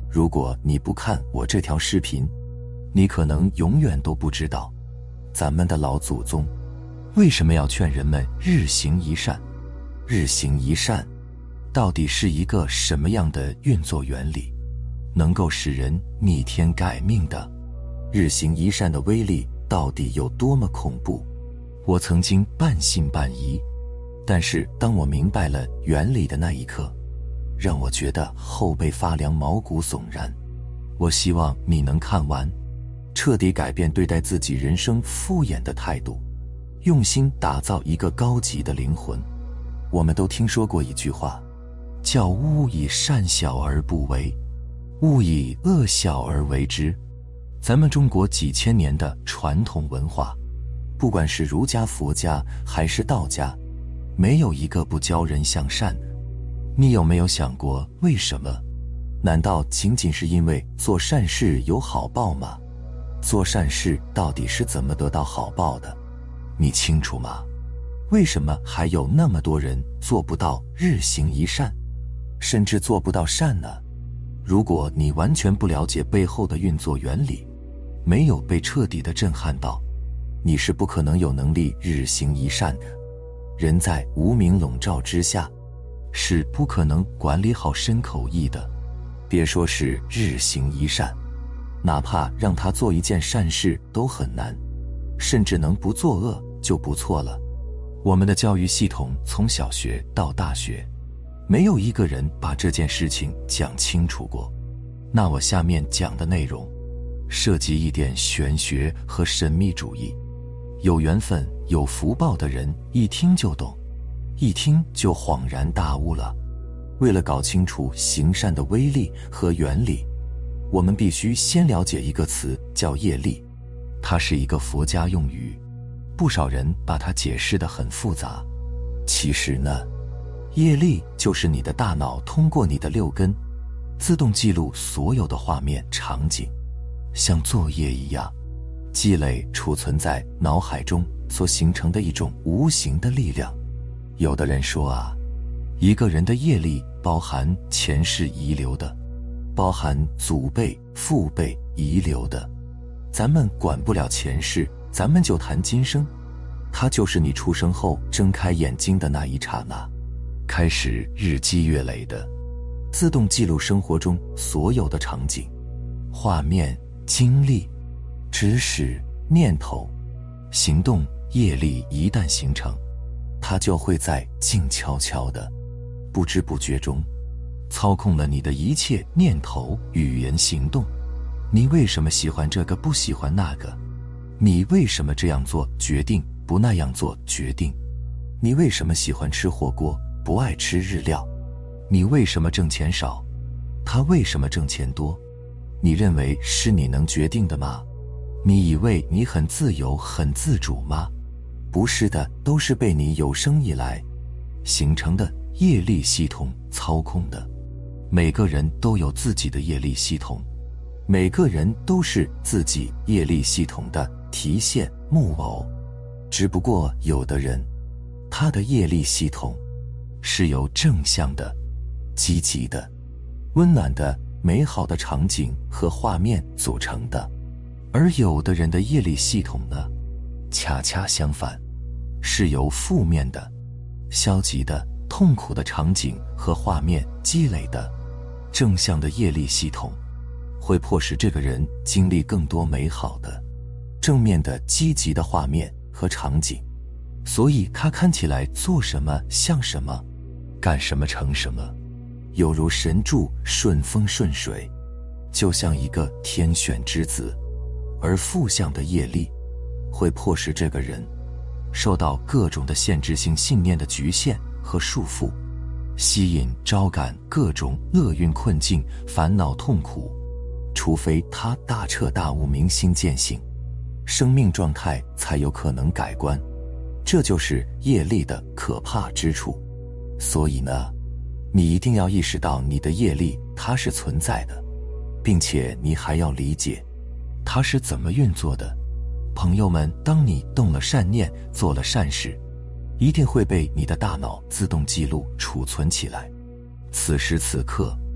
如果你不看我这条视频，你可能永远都不知道，咱们的老祖宗为什么要劝人们日行一善。日行一善到底是一个什么样的运作原理，能够使人逆天改命的？日行一善的威力到底有多么恐怖？我曾经半信半疑，但是当我明白了原理的那一刻，让我觉得后背发凉，毛骨悚然。我希望你能看完，彻底改变对待自己人生敷衍的态度，用心打造一个高级的灵魂。我们都听说过一句话，叫勿以善小而不为，勿以恶小而为之。咱们中国几千年的传统文化，不管是儒家、佛家还是道家，没有一个不教人向善的。你有没有想过为什么？难道仅仅是因为做善事有好报吗？做善事到底是怎么得到好报的？你清楚吗？为什么还有那么多人做不到日行一善，甚至做不到善呢？如果你完全不了解背后的运作原理，没有被彻底的震撼到，你是不可能有能力日行一善的。人在无名笼罩之下，是不可能管理好身口意的。别说是日行一善，哪怕让他做一件善事都很难，甚至能不作恶就不错了。我们的教育系统从小学到大学，没有一个人把这件事情讲清楚过。那我下面讲的内容涉及一点玄学和神秘主义，有缘分有福报的人一听就懂，一听就恍然大悟了。为了搞清楚行善的威力和原理，我们必须先了解一个词，叫业力。它是一个佛家用语，不少人把它解释得很复杂。其实呢，业力就是你的大脑通过你的六根，自动记录所有的画面场景，像作业一样，积累储存在脑海中所形成的一种无形的力量。有的人说啊，一个人的业力包含前世遗留的，包含祖辈父辈遗留的。咱们管不了前世，咱们就谈今生。它就是你出生后睁开眼睛的那一刹那，开始日积月累的自动记录生活中所有的场景、画面、经历、知识、念头、行动。业力一旦形成，它就会在静悄悄的不知不觉中操控了你的一切念头、语言、行动。你为什么喜欢这个不喜欢那个？你为什么这样做决定不那样做决定？你为什么喜欢吃火锅不爱吃日料？你为什么挣钱少？他为什么挣钱多？你认为是你能决定的吗？你以为你很自由很自主吗？不是的，都是被你有生以来形成的业力系统操控的。每个人都有自己的业力系统，每个人都是自己业力系统的提线木偶。只不过有的人，他的业力系统是由正向的、积极的、温暖的、美好的场景和画面组成的，而有的人的业力系统呢，恰恰相反，是由负面的、消极的、痛苦的场景和画面积累的。正向的业力系统会迫使这个人经历更多美好的、正面的、积极的画面和场景，所以他看起来做什么像什么，干什么成什么，有如神助，顺风顺水，就像一个天选之子。而负向的业力会迫使这个人受到各种的限制性信念的局限和束缚，吸引招感各种厄运困境、烦恼痛苦，除非他大彻大悟、明心见性，生命状态才有可能改观。这就是业力的可怕之处。所以呢，你一定要意识到你的业力它是存在的，并且你还要理解它是怎么运作的。朋友们，当你动了善念，做了善事，一定会被你的大脑自动记录储存起来。此时此刻，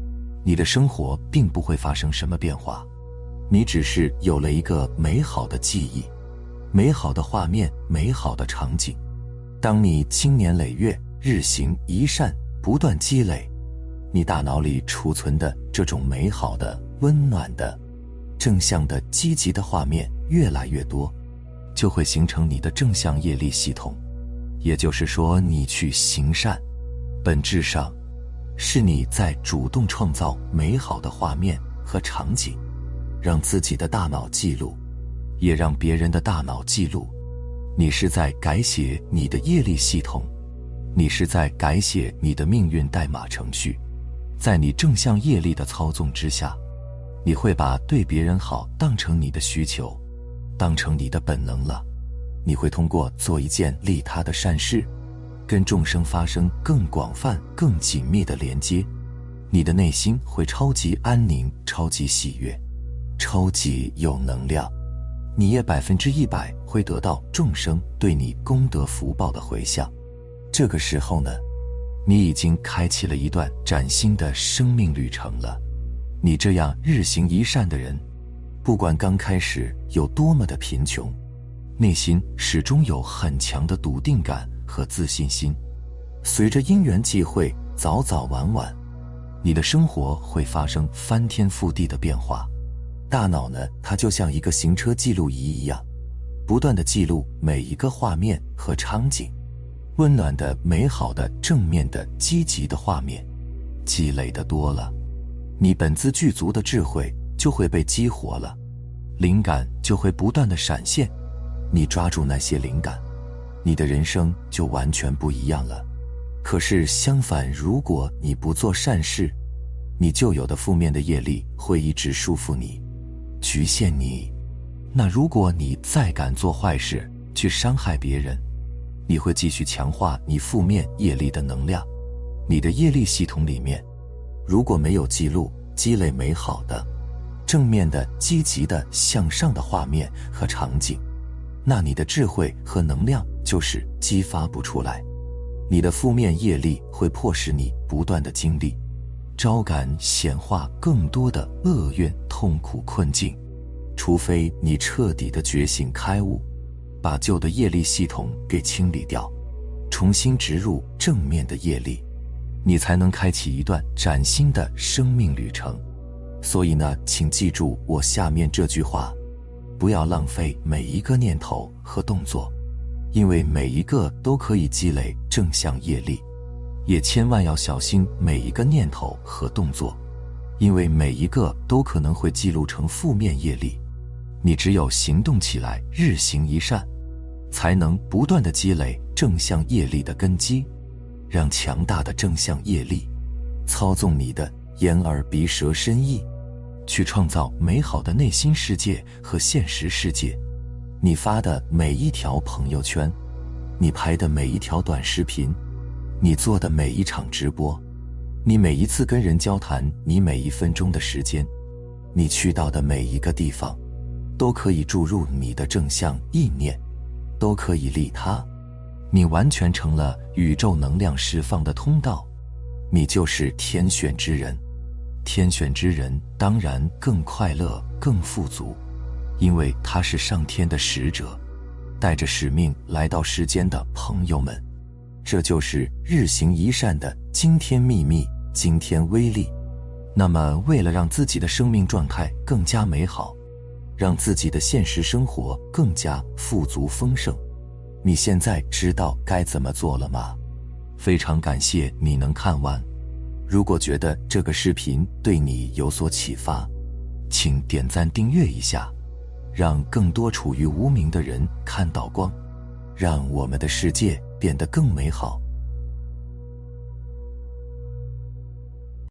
你的生活并不会发生什么变化，你只是有了一个美好的记忆，美好的画面，美好的场景。当你经年累月，日行一善，不断积累，你大脑里储存的这种美好的、温暖的、正向的、积极的画面越来越多，就会形成你的正向业力系统。也就是说，你去行善，本质上是你在主动创造美好的画面和场景，让自己的大脑记录，也让别人的大脑记录。你是在改写你的业力系统，你是在改写你的命运代码程序。在你正向业力的操纵之下，你会把对别人好当成你的需求，当成你的本能了。你会通过做一件利他的善事，跟众生发生更广泛、更紧密的连接。你的内心会超级安宁、超级喜悦、超级有能量。你也100%会得到众生对你功德福报的回向。这个时候呢，你已经开启了一段崭新的生命旅程了。你这样日行一善的人，不管刚开始有多么的贫穷，内心始终有很强的笃定感和自信心。随着因缘际会，早早晚晚，你的生活会发生翻天覆地的变化。大脑呢，它就像一个行车记录仪一样，不断地记录每一个画面和场景，温暖的、美好的、正面的、积极的画面，积累的多了，你本自具足的智慧就会被激活了，灵感就会不断地闪现。你抓住那些灵感，你的人生就完全不一样了。可是相反，如果你不做善事，你旧有的负面的业力会一直束缚你，局限你。那如果你再敢做坏事，去伤害别人，你会继续强化你负面业力的能量。你的业力系统里面如果没有记录积累美好的、正面的、积极的、向上的画面和场景，那你的智慧和能量就是激发不出来。你的负面业力会迫使你不断的经历、招感显化更多的厄运、痛苦、困境。除非你彻底的觉醒开悟，把旧的业力系统给清理掉，重新植入正面的业力，你才能开启一段崭新的生命旅程。所以呢，请记住我下面这句话，不要浪费每一个念头和动作，因为每一个都可以积累正向业力。也千万要小心每一个念头和动作，因为每一个都可能会记录成负面业力。你只有行动起来，日行一善，才能不断地积累正向业力的根基，让强大的正向业力操纵你的眼耳鼻舌身意，去创造美好的内心世界和现实世界。你发的每一条朋友圈，你拍的每一条短视频，你做的每一场直播，你每一次跟人交谈，你每1分钟的时间，你去到的每一个地方，都可以注入你的正向意念，都可以利他。你完全成了宇宙能量释放的通道，你就是天选之人。天选之人当然更快乐、更富足，因为他是上天的使者，带着使命来到世间的朋友们。这就是日行一善的惊天秘密、惊天威力。那么为了让自己的生命状态更加美好，让自己的现实生活更加富足丰盛，你现在知道该怎么做了吗？非常感谢你能看完。如果觉得这个视频对你有所启发，请点赞订阅一下，让更多处于无明的人看到光，让我们的世界变得更美好。